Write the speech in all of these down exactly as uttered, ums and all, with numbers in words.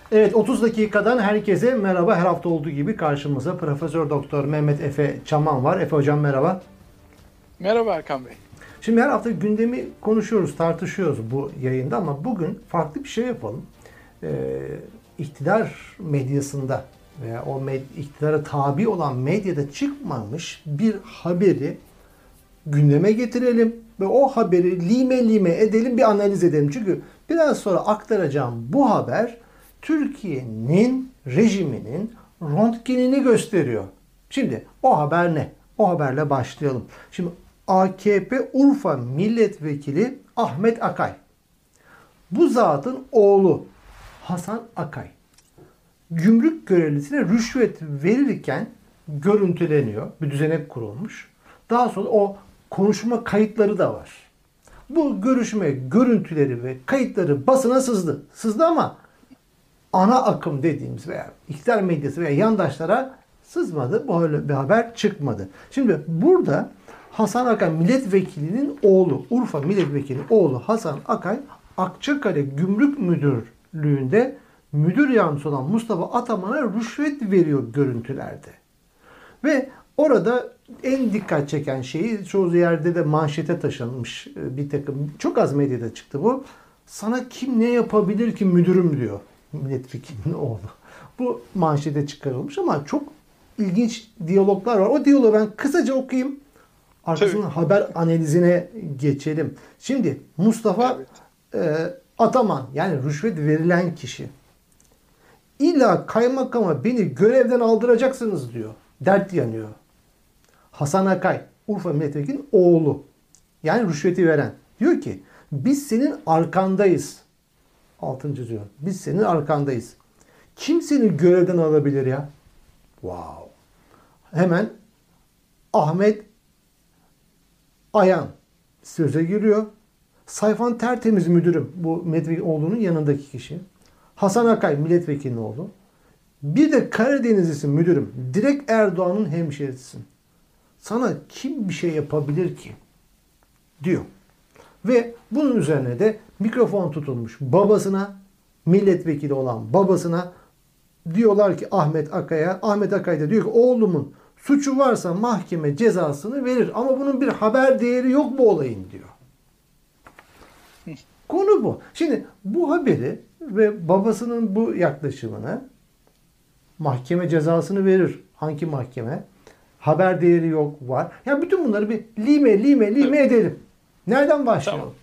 Evet, otuz dakikadan herkese merhaba. Her hafta olduğu gibi karşımıza Profesör Doktor Mehmet Efe Çaman var. Efe hocam merhaba. Merhaba Erkan Bey. Şimdi her hafta gündemi konuşuyoruz, tartışıyoruz bu yayında ama bugün farklı bir şey yapalım. Ee, iktidar medyasında veya o med- iktidara tabi olan medyada çıkmamış bir haberi gündeme getirelim ve o haberi lime lime edelim, bir analiz edelim. Çünkü biraz sonra aktaracağım bu haber Türkiye'nin rejiminin röntgenini gösteriyor. Şimdi o haber ne? O haberle başlayalım. Şimdi A K P Urfa Milletvekili Ahmet Akay. Bu zatın oğlu Hasan Akay gümrük görevlisine rüşvet verirken görüntüleniyor. Bir düzenek kurulmuş. Daha sonra o konuşma kayıtları da var. Bu görüşme görüntüleri ve kayıtları basına sızdı. Sızdı ama ana akım dediğimiz veya iktidar medyası veya yandaşlara sızmadı. Böyle bir haber çıkmadı. Şimdi burada Hasan Akay milletvekilinin oğlu, Urfa milletvekilinin oğlu Hasan Akay Akçakale Gümrük Müdürlüğü'nde müdür yardımcısı olan Mustafa Ataman'a rüşvet veriyor görüntülerde. Ve orada en dikkat çeken şeyi, çoğu yerde de manşete taşınmış bir takım, çok az medyada çıktı bu. Sana kim ne yapabilir ki müdürüm diyor milletvekilinin oğlu. Bu manşete çıkarılmış ama çok ilginç diyaloglar var. O diyalogu ben kısaca okuyayım. Arkasından haber analizine geçelim. Şimdi Mustafa evet. e, Ataman, yani rüşvet verilen kişi, İlla kaymakama beni görevden aldıracaksınız diyor. Dert yanıyor. Hasan Akay, Urfa Milletvekili'nin oğlu. Yani rüşveti veren. Diyor ki biz senin arkandayız. Altıncı diyor. Biz senin arkandayız. Kim seni görevden alabilir ya? Wow. Hemen Ahmet Ayan söze giriyor. Sayfan tertemiz müdürüm. Bu milletvekili oğlunun yanındaki kişi. Hasan Akay milletvekilinin oğlu. Bir de Karadenizlisin müdürüm. Direkt Erdoğan'ın hemşerisisin. Sana kim bir şey yapabilir ki? Diyor. Ve bunun üzerine de mikrofon tutulmuş babasına, milletvekili olan babasına diyorlar ki Ahmet Akay'a, Ahmet Akay da diyor ki oğlumun suçu varsa mahkeme cezasını verir. Ama bunun bir haber değeri yok bu olayın diyor. Konu bu. Şimdi bu haberi ve babasının bu yaklaşımını, mahkeme cezasını verir. Hangi mahkeme? Haber değeri yok var. Yani bütün bunları bir lime lime lime evet. edelim. Nereden başlayalım? Tamam.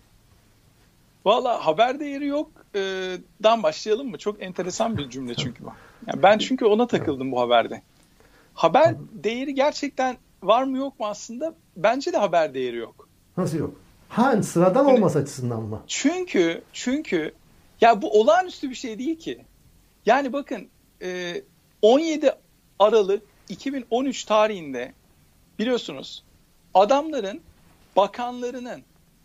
Valla haber değeri yok e, dan başlayalım mı? Çok enteresan bir cümle çünkü bu. Yani ben çünkü ona takıldım bu haberde. Haber değeri gerçekten var mı yok mu aslında? Bence de haber değeri yok. Nasıl yok? Ha, sıradan yani, olması açısından mı? Çünkü çünkü ya bu olağanüstü bir şey değil ki. Yani bakın e, on yedi Aralık iki bin on üç tarihinde biliyorsunuz adamların, bakanlarının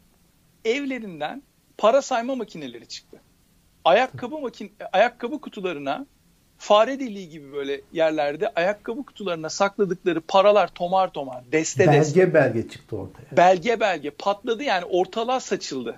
evlerinden para sayma makineleri çıktı. Ayakkabı makin ayakkabı kutularına, fare deliği gibi böyle yerlerde ayakkabı kutularına sakladıkları paralar tomar tomar, deste belge deste. Belge belge çıktı ortaya. Belge belge patladı, yani ortalığa saçıldı.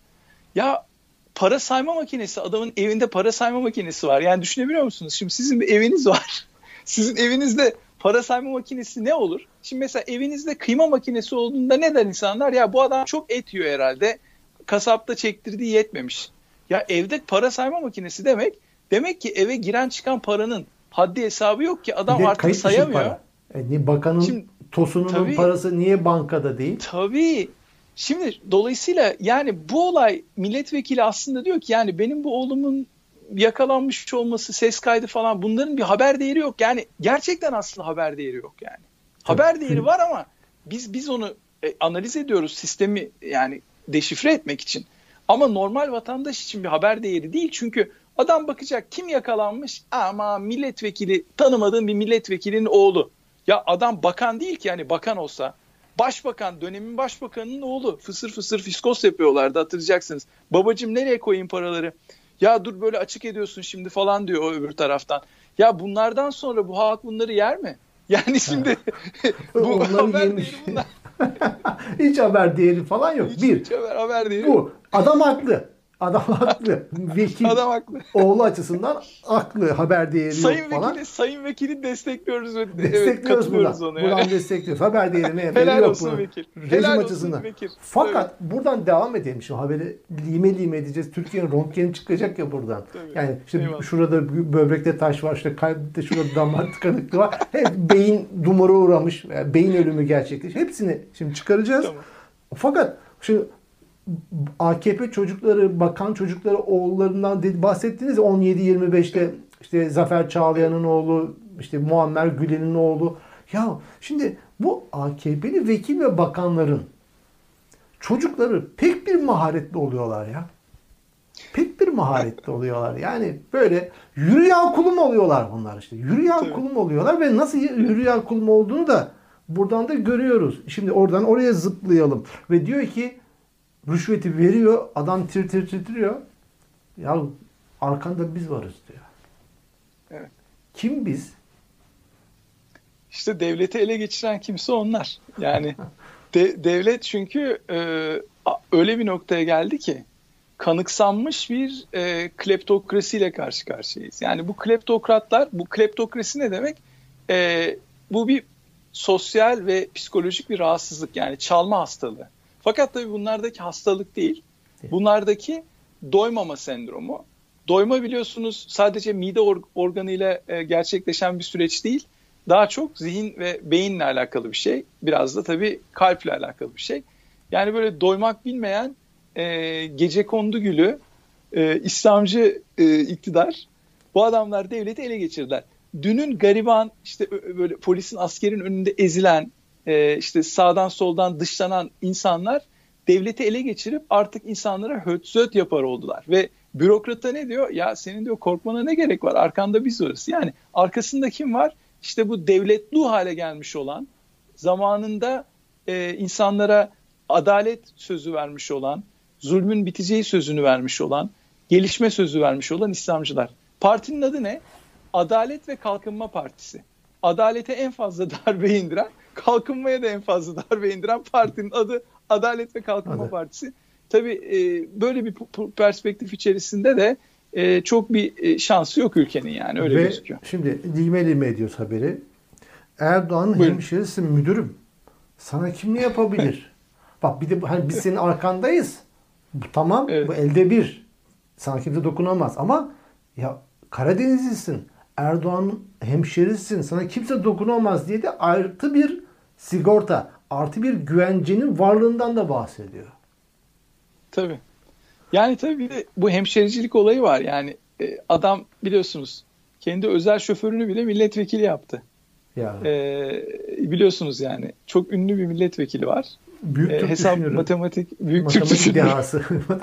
Ya para sayma makinesi, adamın evinde para sayma makinesi var. Yani düşünebiliyor musunuz? Şimdi sizin bir eviniz var. Sizin evinizde para sayma makinesi ne olur? Şimdi mesela evinizde kıyma makinesi olduğunda ne der insanlar? Ya bu adam çok et yiyor herhalde. Kasapta çektirdiği yetmemiş. Ya evde para sayma makinesi demek, demek ki eve giren çıkan paranın haddi hesabı yok ki. Adam artık sayamıyor. Para. E, bakanın Şimdi, tosununun tabii, parası niye bankada değil? Tabii. Şimdi dolayısıyla yani bu olay, milletvekili aslında diyor ki yani benim bu oğlumun yakalanmış olması, ses kaydı falan, bunların bir haber değeri yok. Yani gerçekten aslında haber değeri yok yani. Tabii. Haber değeri var ama biz biz onu e, analiz ediyoruz, sistemi yani deşifre etmek için. Ama normal vatandaş için bir haber değeri değil. Çünkü adam bakacak kim yakalanmış? Ama milletvekili, tanımadığım bir milletvekilinin oğlu. Ya adam bakan değil ki, yani bakan olsa. Başbakan, dönemin başbakanının oğlu. Fısır fısır fiskos yapıyorlardı, hatırlayacaksınız. Babacım nereye koyayım paraları? Ya dur böyle açık ediyorsun şimdi falan diyor o öbür taraftan. Ya bunlardan sonra bu halk bunları yer mi? Yani şimdi bu haber değeri bunlar. Hiç haber değeri falan yok. Hiç, bir. hiç haber, haber değeri bu. Adam haklı. Adam haklı. Vekil Adam haklı. oğlu açısından haklı. Haber değeri Sayın yok falan. Vekili, Sayın Vekili destekliyoruz ve evet, Destekliyoruz buradan. katılıyoruz ona. Buradan Yani. destekliyoruz. Haber değeri mi? Helal yok olsun bunun. vekil. Rejim Helal açısından. olsun vekil. Fakat buradan devam edelim. Şimdi haberi lime lime edeceğiz. Türkiye'nin röntgeni çıkacak ya buradan. Tabii. Yani işte Eyvallah. şurada böbrekte taş var, işte kalpte şurada damar tıkanıklığı var. Hep beyin dumura uğramış. Yani beyin ölümü gerçekleşmiş. Hepsini şimdi çıkaracağız. Tamam. Fakat şimdi A K P çocukları, bakan çocukları oğullarından dedi, bahsettiniz ya, on yedi yirmi beşte işte Zafer Çağlayan'ın oğlu, işte Muammer Gülen'in oğlu. Ya şimdi bu A K P'li vekil ve bakanların çocukları pek bir maharetli oluyorlar ya. Pek bir maharetli oluyorlar. Yani böyle yürüyen kulum oluyorlar bunlar işte. Yürüyen Tabii. kulum oluyorlar ve nasıl yürüyen kulum olduğunu da buradan da görüyoruz. Şimdi oradan oraya zıplayalım. Ve diyor ki rüşveti veriyor. Adam tir tir titriyor. Ya arkanda biz varız diyor. Evet. Kim biz? İşte devleti ele geçiren kimse onlar. Yani de, devlet çünkü e, öyle bir noktaya geldi ki kanıksanmış bir e, kleptokrasiyle karşı karşıyayız. Yani bu kleptokratlar, bu kleptokrasi ne demek? E, bu bir sosyal ve psikolojik bir rahatsızlık, yani çalma hastalığı. Fakat tabii bunlardaki hastalık değil. Bunlardaki doymama sendromu. Doyma biliyorsunuz sadece mide or- organıyla e, gerçekleşen bir süreç değil. Daha çok zihin ve beyinle alakalı bir şey. Biraz da tabii kalple alakalı bir şey. Yani böyle doymak bilmeyen e, gecekondu gülü e, İslamcı e, iktidar, bu adamlar devleti ele geçirdiler. Dünün gariban, işte böyle polisin, askerin önünde ezilen, e, işte sağdan soldan dışlanan insanlar devleti ele geçirip artık insanlara höt yapar oldular. Ve bürokrata ne diyor? Ya senin diyor korkmana ne gerek var? Arkanda biz varız. Yani arkasında kim var? İşte bu devletli hale gelmiş olan, zamanında e, insanlara adalet sözü vermiş olan, zulmün biteceği sözünü vermiş olan, gelişme sözü vermiş olan İslamcılar. Partinin adı ne? Adalet ve Kalkınma Partisi. Adalete en fazla darbe indiren, kalkınmaya da en fazla darbe indiren partinin adı Adalet ve Kalkınma Hadi. Partisi. Tabii e, böyle bir perspektif içerisinde de e, çok bir e, şansı yok ülkenin, yani öyle Ve gözüküyor. şimdi lime lime ediyoruz haberi. Erdoğan'ın Buyurun. hemşerisi müdürüm. Sana kim ne yapabilir? Bak bir de hani biz senin arkandayız. Bu tamam, Evet. bu elde bir. Sana kimse dokunamaz ama ya Karadenizlisin. Erdoğan'ın hemşerisisin. Sana kimse dokunamaz diye de artı bir sigorta, artı bir güvencenin varlığından da bahsediyor. Tabii. Yani tabii bir de bu hemşericilik olayı var. Yani e, adam biliyorsunuz kendi özel şoförünü bile milletvekili yaptı. Ya. E, biliyorsunuz yani çok ünlü bir milletvekili var. Büyük E, Türk hesap, düşünürü. matematik, büyük Türk Matematik düşünürü. dehası.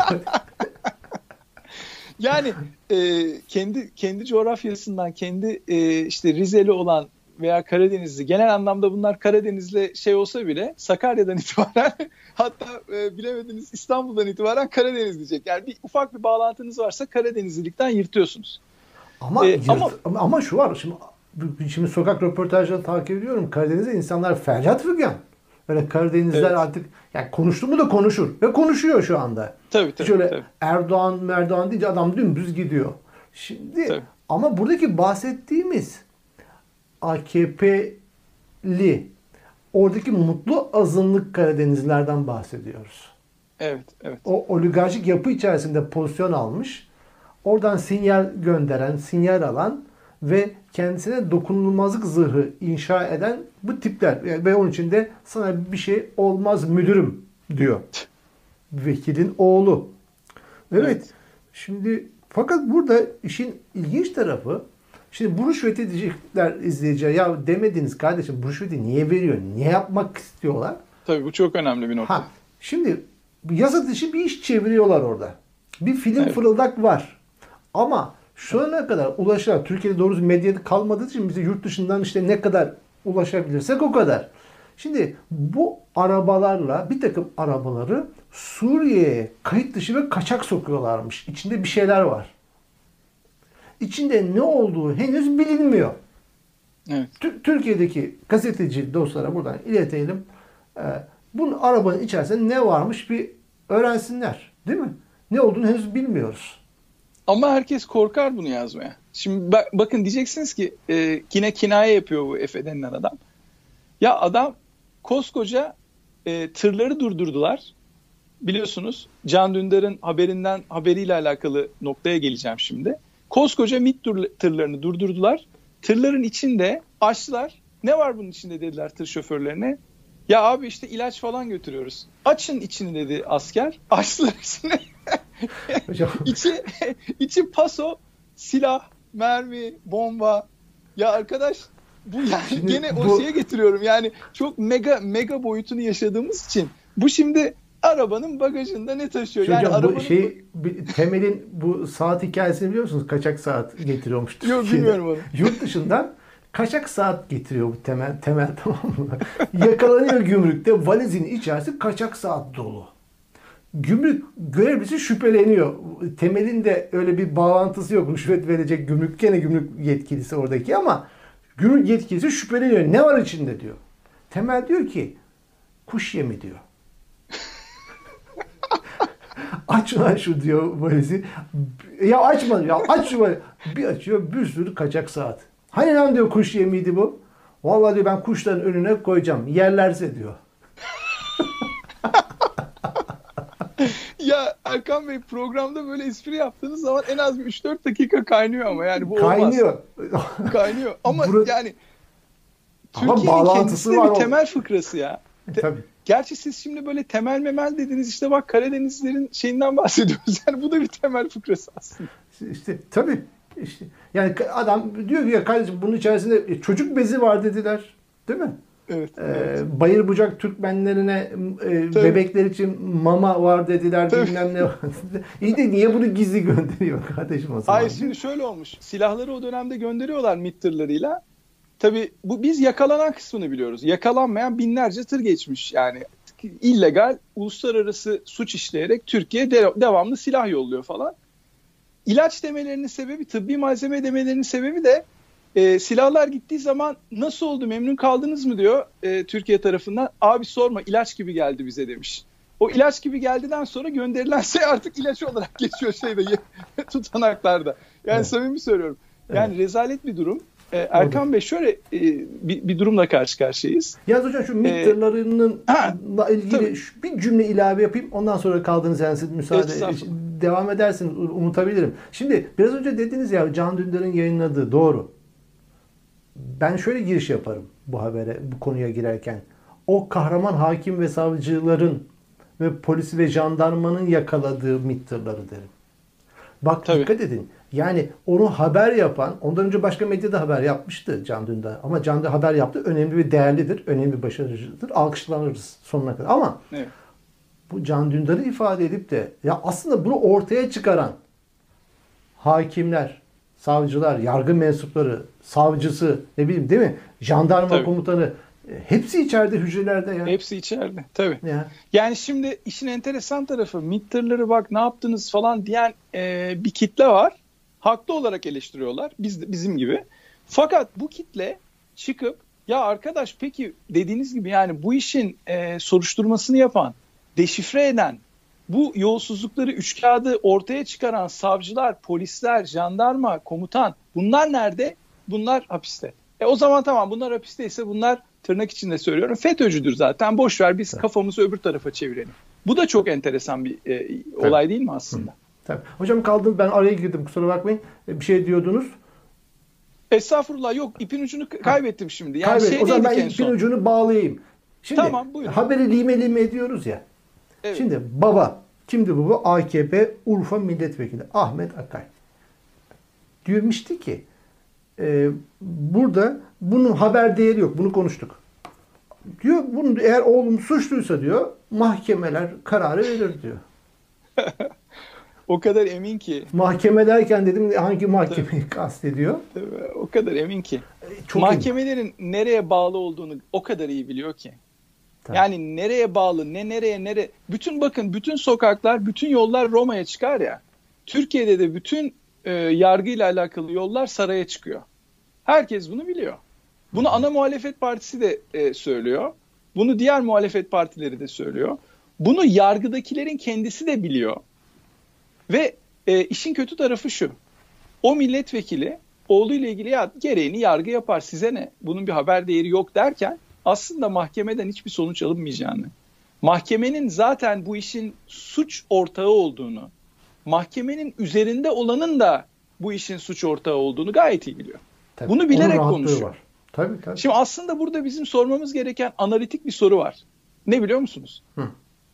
Yani e, kendi kendi coğrafyasından, kendi e, işte Rizeli olan veya Karadenizli, genel anlamda bunlar Karadenizli şey olsa bile Sakarya'dan itibaren hatta e, bilemediniz İstanbul'dan itibaren Karadeniz diyecek. Yani bir ufak bir bağlantınız varsa Karadenizlilikten yırtıyorsunuz. Ama, Ee, yırt, ama- ama ama şu var. Şimdi şimdi sokak röportajlarını takip ediyorum. Karadeniz'de insanlar feryat figan. Böyle Karadenizler Evet. artık yani konuştu mu da konuşur. Ve konuşuyor şu anda. Tabii tabii. Şöyle tabii. Erdoğan Merdoğan deyince adam dümdüz gidiyor. Şimdi Tabii. ama buradaki bahsettiğimiz A K P'li oradaki mutlu azınlık Karadenizlerden bahsediyoruz. Evet, evet. O oligarşik yapı içerisinde pozisyon almış. Oradan sinyal gönderen, sinyal alan ve kendisine dokunulmazlık zırhı inşa eden bu tipler. Yani ve onun için de sana bir şey olmaz müdürüm diyor. Vekilin oğlu. Evet. Evet. Şimdi fakat burada işin ilginç tarafı, şimdi bu rüşveti diyecekler izleyiciler. Ya demediniz kardeşim, bu rüşveti niye veriyor? Niye yapmak istiyorlar? Tabii bu çok önemli bir nokta. Ha, şimdi yasa dışı bir iş çeviriyorlar orada. Bir film Evet. fırıldak var. Ama şu ana kadar ulaşan, Türkiye'de doğrusu medyada kalmadığı için bize yurt dışından işte ne kadar ulaşabilirsek o kadar. Şimdi bu arabalarla bir takım arabaları Suriye'ye kayıt dışı ve kaçak sokuyorlarmış. İçinde bir şeyler var. İçinde ne olduğu henüz bilinmiyor. Evet. Tü- Türkiye'deki gazeteci dostlara buradan iletelim. Ee, bunun arabanın içerisinde ne varmış bir öğrensinler. Değil mi? Ne olduğunu henüz bilmiyoruz. Ama herkes korkar bunu yazmaya. Şimdi bak, bakın diyeceksiniz ki e, yine kinaye yapıyor bu Efe denilen adam. Ya adam koskoca e, tırları durdurdular. Biliyorsunuz Can Dündar'ın haberinden haberiyle alakalı noktaya geleceğim şimdi. Koskoca MİT tırlarını durdurdular. Tırların içinde açtılar. Ne var bunun içinde dediler tır şoförlerine. Ya abi işte ilaç falan götürüyoruz. Açın içini dedi asker. Açtılar içini. içi, içi paso, silah, mermi, bomba. Ya arkadaş bu yani şimdi gene bu... o şeye getiriyorum. Yani çok mega mega boyutunu yaşadığımız için. Bu şimdi arabanın bagajında ne taşıyor? Hocam, yani bu arabanın... şey Temel'in bu saat hikayesini biliyor musunuz? Kaçak saat getiriyormuş. Yok bilmiyorum onu. Yurt dışından kaçak saat getiriyor bu Temel. Temel tamam mı? Yakalanıyor gümrükte. Valizin içerisi kaçak saat dolu. Gümrük görevlisi şüpheleniyor. Temel'in de öyle bir bağlantısı yok. Rüşvet verecek gümrük. Gene gümrük yetkilisi oradaki ama gümrük yetkilisi şüpheleniyor. Ne var içinde diyor. Temel diyor ki kuş yemi diyor. Aç lan şu diyor valizi. Ya açma ya aç şu valizi. Bir açıyor bir sürü kaçak saat. Hani lan diyor kuş yemiydi bu. Vallahi diyor ben kuşların önüne koyacağım. Yerlerse diyor. Ya Erkan Bey programda böyle espri yaptığınız zaman en az bir üç dört dakika kaynıyor ama yani bu kaynıyor. olmaz. Kaynıyor. Ama Burası... yani ama Türkiye'nin kendisi de bir temel fıkrası ya. E, tabii. Gerçi siz şimdi böyle temel memel dediniz işte bak Karadenizlerin şeyinden bahsediyoruz. Yani bu da bir temel fıkrası aslında. İşte tabii. İşte, yani adam diyor ki ya kardeşim bunun içerisinde çocuk bezi var dediler. Değil mi? Evet. Ee, evet. Bayır bucak Türkmenlerine e, bebekler için mama var dediler. Tabii. Bilmem ne var. İyi de niye bunu gizli gönderiyor kardeşim o zaman? Hayır şimdi şöyle olmuş. Silahları o dönemde gönderiyorlar MİT tırlarıyla. Tabii bu biz yakalanan kısmını biliyoruz. Yakalanmayan binlerce tır geçmiş. Yani illegal uluslararası suç işleyerek Türkiye de, devamlı silah yolluyor falan. İlaç demelerinin sebebi, tıbbi malzeme demelerinin sebebi de e, silahlar gittiği zaman nasıl oldu memnun kaldınız mı diyor e, Türkiye tarafından. Abi sorma ilaç gibi geldi bize demiş. O ilaç gibi geldiden sonra gönderilen şey artık ilaç olarak geçiyor şeyde tutanaklarda. Yani evet. Samimi söylüyorum. Yani evet. Rezalet bir durum. Ee, Erkan Bey şöyle e, bir, bir durumla karşı karşıyayız. Yaz hocam şu MİT tırlarının ee, ilgili şu, bir cümle ilave yapayım. Ondan sonra kaldığınız yani siz müsaade devam edersiniz unutabilirim. Şimdi biraz önce dediniz ya Can Dündar'ın yayınladığı doğru. Ben şöyle giriş yaparım bu habere, bu konuya girerken. O kahraman hakim ve savcıların ve polis ve jandarmanın yakaladığı MİT tırları derim. Bak Tabii. dikkat edin. Yani onu haber yapan, ondan önce başka medyada haber yapmıştı Can Dündar. Ama Can Dündar haber yaptı. Önemli ve değerlidir. Önemli bir başarıcıdır. Alkışlanırız sonuna kadar. Ama evet. bu Can Dündar'ı ifade edip de ya aslında bunu ortaya çıkaran hakimler, savcılar, yargı mensupları, savcısı, ne bileyim değil mi? Jandarma Tabii. komutanı hepsi içeride hücrelerde ya. Hepsi içeride tabii. Ya. Yani şimdi işin enteresan tarafı MİT tırları bak ne yaptınız falan diyen e, bir kitle var. Haklı olarak eleştiriyorlar. Biz bizim gibi. Fakat bu kitle çıkıp ya arkadaş peki dediğiniz gibi yani bu işin e, soruşturmasını yapan, deşifre eden, bu yolsuzlukları üç kağıdı ortaya çıkaran savcılar, polisler, jandarma, komutan bunlar nerede? Bunlar hapiste. E o zaman tamam bunlar hapisteyse bunlar tırnak içinde söylüyorum FETÖ'cüdür zaten. Boş ver biz kafamızı öbür tarafa çevirelim. Bu da çok enteresan bir e, olay değil mi aslında? Hı. Tabii. Hocam kaldım ben araya girdim kusura bakmayın. Bir şey diyordunuz. Estağfurullah yok ipin ucunu kaybettim şimdi. Yani Kaybet. O zaman ben ipin son. ucunu bağlayayım. Şimdi tamam, buyurun. Haberi lime lime ediyoruz ya. Evet. Şimdi baba kimdi bu? A K P Urfa Milletvekili Ahmet Akay. Diyormuştu ki e, burada bunun haber değeri yok. Bunu konuştuk. Diyor bunu eğer oğlum suçluysa diyor mahkemeler kararı verir diyor. O kadar emin ki. Mahkeme derken dedim hangi mahkemeyi Tabii. kastediyor? Tabii, o kadar emin ki. Çok Mahkemelerin emin. nereye bağlı olduğunu o kadar iyi biliyor ki. Tabii. Yani nereye bağlı, ne nereye, nereye. Bütün bakın, bütün sokaklar, bütün yollar Roma'ya çıkar ya. Türkiye'de de bütün e, yargıyla alakalı yollar saraya çıkıyor. Herkes bunu biliyor. Bunu ana muhalefet partisi de e, söylüyor. Bunu diğer muhalefet partileri de söylüyor. Bunu yargıdakilerin kendisi de biliyor. Ve e, işin kötü tarafı şu. O milletvekili oğluyla ilgili ya gereğini yargı yapar, size ne? Bunun bir haber değeri yok derken aslında mahkemeden hiçbir sonuç alınmayacağını, mahkemenin zaten bu işin suç ortağı olduğunu, mahkemenin üzerinde olanın da bu işin suç ortağı olduğunu gayet iyi biliyor. Tabii, bunu bilerek onun konuşuyor. Var. Tabii, tabii. Şimdi aslında burada bizim sormamız gereken analitik bir soru var. Ne biliyor musunuz? Hı.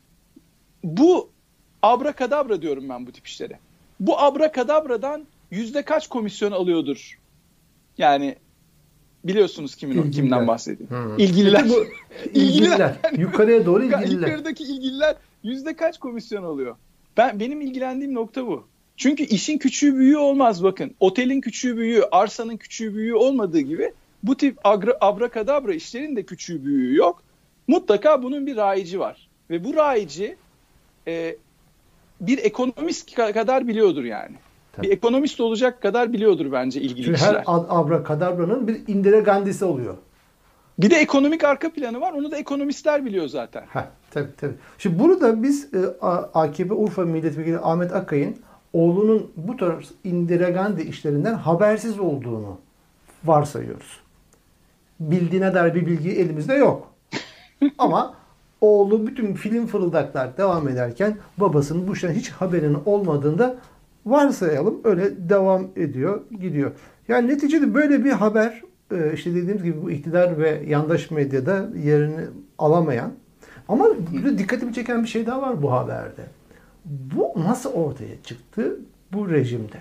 Bu abrakadabra diyorum ben bu tip işlere. Bu abrakadabradan yüzde kaç komisyon alıyordur? Yani biliyorsunuz kimin İlgililer. Kimden bahsediyorum. Hı. İlgililer. Bu, ilgililer. Yukarıya doğru ilgililer. Yukarıdaki ilgililer yüzde kaç komisyon alıyor? Ben benim ilgilendiğim nokta bu. Çünkü işin küçüğü büyüğü olmaz bakın. Otelin küçüğü büyüğü, arsanın küçüğü büyüğü olmadığı gibi bu tip agra, abrakadabra işlerin de küçüğü büyüğü yok. Mutlaka bunun bir rayici var. Ve bu rayici e, bir ekonomist kadar biliyordur yani. Tabii. Bir ekonomist olacak kadar biliyordur bence ilgili Çünkü kişiler. Her abrakadabranın bir Indira Gandhi'si oluyor. Bir de ekonomik arka planı var. Onu da ekonomistler biliyor zaten. Heh, tabii tabii. Şimdi burada biz e, A K P Urfa Milletvekili Ahmet Akkay'ın oğlunun bu tarz Indira Gandhi işlerinden habersiz olduğunu varsayıyoruz. Bildiğine dair bir bilgi elimizde yok. Ama oğlu bütün film fırıldaklar devam ederken babasının bu işten hiç haberinin olmadığında varsayalım öyle devam ediyor, gidiyor. Yani neticede böyle bir haber işte dediğimiz gibi bu iktidar ve yandaş medyada yerini alamayan ama burada dikkatimi çeken bir şey daha var bu haberde. Bu nasıl ortaya çıktı bu rejimde?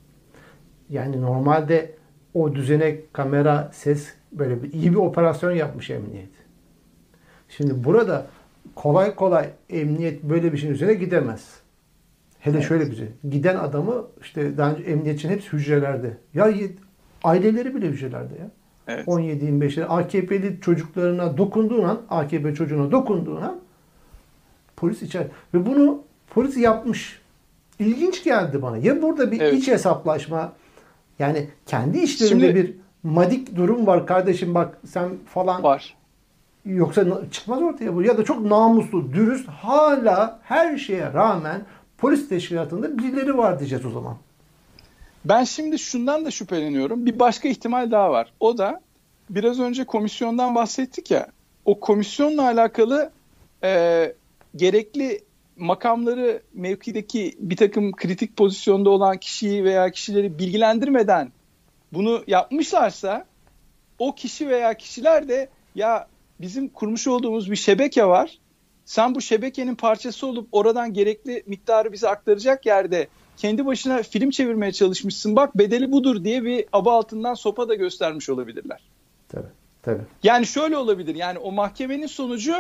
Yani normalde o düzenek, kamera, ses böyle bir iyi bir operasyon yapmış emniyet. Şimdi burada kolay kolay emniyet böyle bir şeyin üzerine gidemez. Hele evet. Şöyle bir şey. Giden adamı işte daha önce emniyetçinin hepsi hücrelerde. Ya aileleri bile hücrelerde ya. Evet. on yedi yirmi beşler A K P'li çocuklarına dokunduğun an, A K P çocuğuna dokunduğun an polis içer. Ve bunu polis yapmış. İlginç geldi bana. Ya burada bir evet. iç hesaplaşma, yani kendi işlerinde Şimdi, bir madik durum var kardeşim bak sen falan. Var. Yoksa çıkmaz ortaya bu. Ya da çok namuslu, dürüst, hala her şeye rağmen polis teşkilatında birileri var diyeceğiz o zaman. Ben şimdi şundan da şüpheleniyorum. Bir başka ihtimal daha var. O da biraz önce komisyondan bahsettik ya. O komisyonla alakalı e, gerekli makamları, mevkideki bir takım kritik pozisyonda olan kişiyi veya kişileri bilgilendirmeden bunu yapmışlarsa o kişi veya kişiler de ya bizim kurmuş olduğumuz bir şebeke var. Sen bu şebekenin parçası olup oradan gerekli miktarı bize aktaracak yerde kendi başına film çevirmeye çalışmışsın. Bak bedeli budur diye bir aba altından sopa da göstermiş olabilirler. Tabii, tabii. Yani şöyle olabilir. Yani o mahkemenin sonucu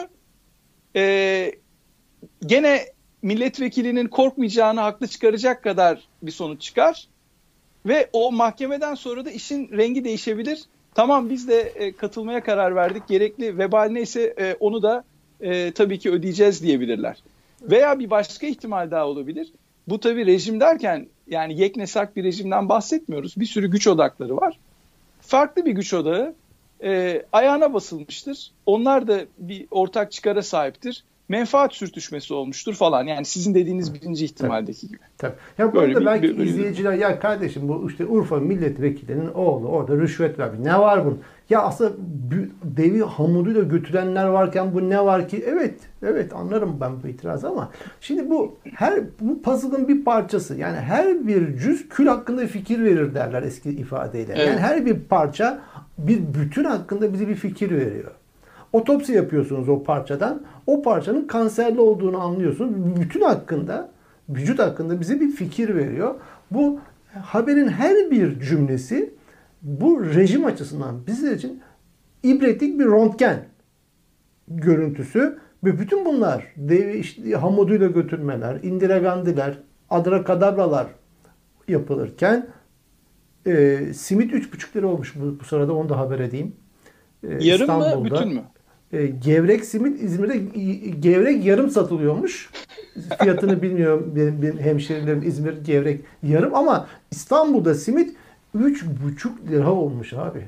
e, gene milletvekilinin korkmayacağını haklı çıkaracak kadar bir sonuç çıkar. Ve o mahkemeden sonra da işin rengi değişebilir. Tamam biz de e, katılmaya karar verdik. Gerekli vebal neyse e, onu da e, tabii ki ödeyeceğiz diyebilirler. Veya bir başka ihtimal daha olabilir. Bu tabii rejim derken yani yeknesak bir rejimden bahsetmiyoruz. Bir sürü güç odakları var. Farklı bir güç odağı e, ayağına basılmıştır. Onlar da bir ortak çıkara sahiptir. Menfaat sürtüşmesi olmuştur falan. Yani sizin dediğiniz birinci ihtimaldeki tabii, gibi. Tabii. Ya burada bir, belki bir, bir, izleyiciler ya kardeşim bu işte Urfa milletvekilinin oğlu orada rüşvet vermiş. Ne var bunun? Ya aslında devi hamuruyla götürenler varken bu ne var ki? Evet, evet anlarım ben bu itirazı ama şimdi bu her bu puzzle'ın bir parçası. Yani her bir cüz kül hakkında fikir verir derler eski ifadeyle. Evet. Yani her bir parça bir bütün hakkında bize bir fikir veriyor. Otopsi yapıyorsunuz o parçadan. O parçanın kanserli olduğunu anlıyorsunuz. Bütün hakkında, vücut hakkında bize bir fikir veriyor. Bu haberin her bir cümlesi bu rejim açısından bizler için ibretlik bir röntgen görüntüsü ve bütün bunlar devi işte, hamuduyla götürmeler, Indira Gandhi'ler, adrakadabralar yapılırken e, simit üç buçuk lira olmuş bu, bu sırada onu da haber edeyim. E, Yarım İstanbul'da, mı bütün mü? E, gevrek simit İzmir'de gevrek yarım satılıyormuş. Fiyatını bilmiyorum benim, benim hemşerilerim İzmir gevrek yarım ama İstanbul'da simit üç buçuk lira olmuş abi.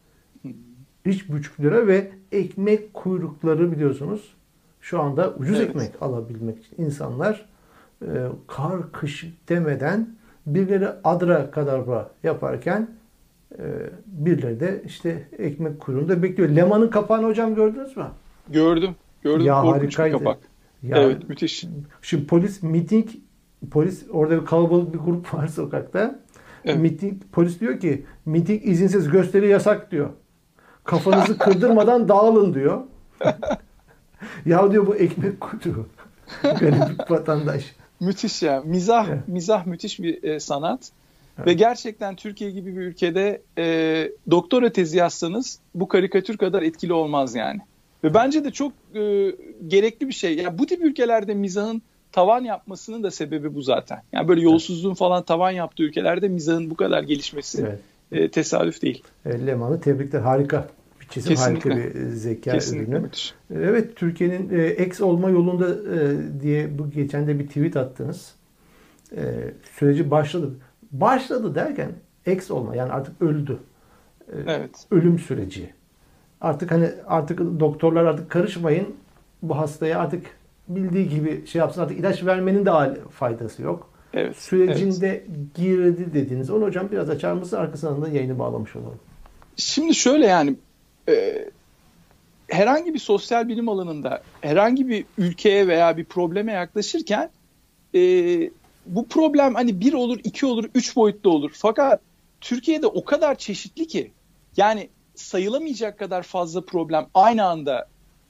üç buçuk lira ve ekmek kuyrukları biliyorsunuz. Şu anda ucuz evet. ekmek alabilmek için insanlar e, kar kış demeden birileri adra kadabra yaparken e, birileri de işte ekmek kuyruğunda bekliyor. Leman'ın kapağını hocam gördünüz mü? Gördüm. Gördüm. Ya Korkunç harikaydı. bir kapak. Ya, evet, müthiş. Şimdi polis miting, polis orada bir kalabalık bir grup var sokakta. Evet. Miting, polis diyor ki miting izinsiz, gösteri yasak diyor. Kafanızı kırdırmadan dağılın diyor. Ya diyor bu ekmek kuyruğu. Garip vatandaş. Müthiş ya. Mizah, evet. mizah müthiş bir e, sanat. Evet. Ve gerçekten Türkiye gibi bir ülkede e, doktora tezi yazsanız bu karikatür kadar etkili olmaz yani. Ve bence de çok e, gerekli bir şey. Yani bu tip ülkelerde mizahın tavan yapmasının da sebebi bu zaten. Yani böyle yolsuzluğun falan tavan yaptığı ülkelerde mizahın bu kadar gelişmesi evet. e, tesadüf değil. E, Leman'ı tebrikler. Harika bir çizim, kesinlikle. Harika bir zeka kesinlikle ürünü. Müthiş. Evet, Türkiye'nin e, ex olma yolunda e, diye bu geçen de bir tweet attınız. E, süreci başladı. Başladı derken ex olma, yani artık öldü. E, evet. Ölüm süreci. Artık hani artık doktorlar artık karışmayın. Bu hastaya artık bildiği gibi şey yapsın. Artık ilaç vermenin de faydası yok. Evet. Sürecinde evet. girdi dediniz. Onu hocam biraz açar mısın? Arkasından da yayını bağlamış olalım. Şimdi şöyle yani e, herhangi bir sosyal bilim alanında herhangi bir ülkeye veya bir probleme yaklaşırken e, bu problem hani bir olur, iki olur, üç boyutlu olur. Fakat Türkiye'de o kadar çeşitli ki yani sayılamayacak kadar fazla problem aynı anda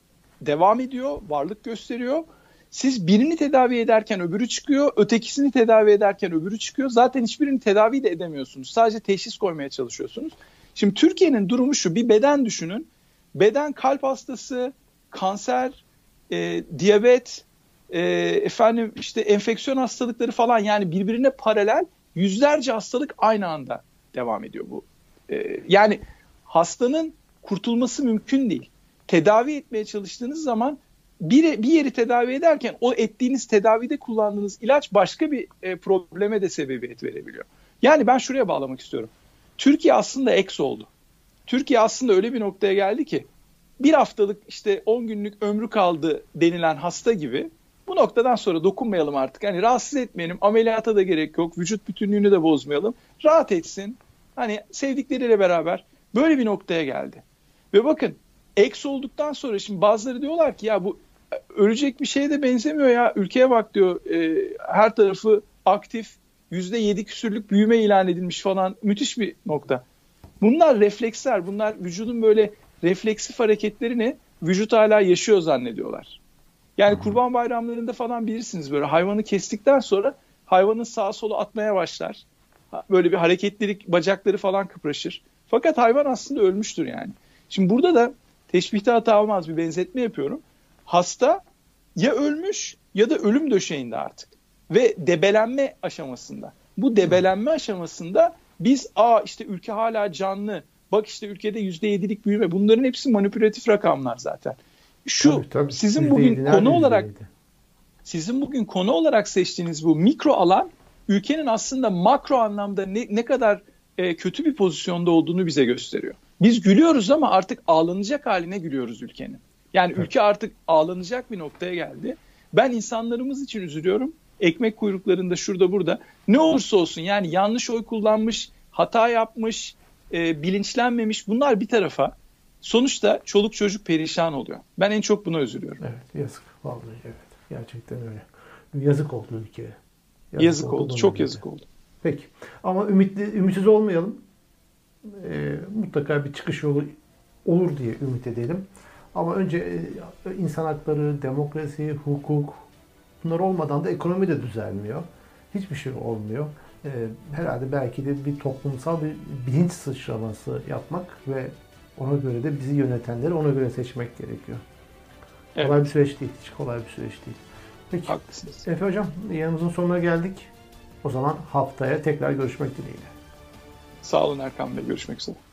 devam ediyor, varlık gösteriyor. Siz birini tedavi ederken öbürü çıkıyor, ötekisini tedavi ederken öbürü çıkıyor. Zaten hiçbirini tedavi de edemiyorsunuz. Sadece teşhis koymaya çalışıyorsunuz. Şimdi Türkiye'nin durumu şu, bir beden düşünün. Beden kalp hastası, kanser, e, diyabet, e, efendim işte enfeksiyon hastalıkları falan, yani birbirine paralel yüzlerce hastalık aynı anda devam ediyor bu. E, yani hastanın kurtulması mümkün değil. Tedavi etmeye çalıştığınız zaman bir, bir yeri tedavi ederken o ettiğiniz tedavide kullandığınız ilaç başka bir e, probleme de sebebiyet verebiliyor. Yani ben şuraya bağlamak istiyorum. Türkiye aslında ex oldu. Türkiye aslında öyle bir noktaya geldi ki bir haftalık işte on günlük ömrü kaldı denilen hasta gibi bu noktadan sonra dokunmayalım artık. Hani rahatsız etmeyelim, ameliyata da gerek yok, vücut bütünlüğünü de bozmayalım. Rahat etsin, hani sevdikleriyle beraber böyle bir noktaya geldi. Ve bakın ex olduktan sonra şimdi bazıları diyorlar ki ya bu ölecek bir şeye de benzemiyor ya. Ülkeye bak diyor, e, her tarafı aktif, yüzde yedi küsürlük büyüme ilan edilmiş falan, müthiş bir nokta. Bunlar refleksler, bunlar vücudun böyle refleksif hareketlerini vücut hala yaşıyor zannediyorlar. Yani kurban bayramlarında falan bilirsiniz, böyle hayvanı kestikten sonra hayvanın sağa sola atmaya başlar. Böyle bir hareketlilik, bacakları falan kıpraşır. Fakat hayvan aslında ölmüştür yani. Şimdi burada da teşbihte hata olmaz, bir benzetme yapıyorum. Hasta ya ölmüş ya da ölüm döşeğinde artık. Ve debelenme aşamasında. Bu debelenme aşamasında biz aa işte ülke hala canlı. Bak işte ülkede yüzde yedilik büyüme. Bunların hepsi manipülatif rakamlar zaten. Şu tabii, tabii. sizin bugün konu olarak sizin bugün konu olarak seçtiğiniz bu mikro alan ülkenin aslında makro anlamda ne, ne kadar e, kötü bir pozisyonda olduğunu bize gösteriyor. Biz gülüyoruz ama artık ağlanacak haline gülüyoruz ülkenin. Yani evet. Ülke artık ağlanacak bir noktaya geldi. Ben insanlarımız için üzülüyorum. Ekmek kuyruklarında şurada burada. Ne olursa olsun yani yanlış oy kullanmış, hata yapmış, e, bilinçlenmemiş, bunlar bir tarafa. Sonuçta çoluk çocuk perişan oluyor. Ben en çok buna üzülüyorum. Evet, yazık. Vallahi evet. Gerçekten öyle. Yazık oldu ülkeye. Yazık, yazık oldu. oldu çok yazık oldu. Peki. Ama ümitli, ümitsiz olmayalım. Ee, mutlaka bir çıkış yolu olur diye ümit edelim. Ama önce e, insan hakları, demokrasi, hukuk, bunlar olmadan da ekonomi de düzelmiyor. Hiçbir şey olmuyor. Ee, herhalde belki de bir toplumsal bir bilinç sıçraması yapmak ve ona göre de bizi yönetenleri ona göre seçmek gerekiyor. Evet. Kolay bir süreç değil. Hiç kolay bir süreç değil. Peki. Haklısınız. Efe Hocam, yanımızın sonuna geldik. O zaman haftaya tekrar görüşmek dileğiyle. Sağ olun Erkan Bey. Görüşmek üzere.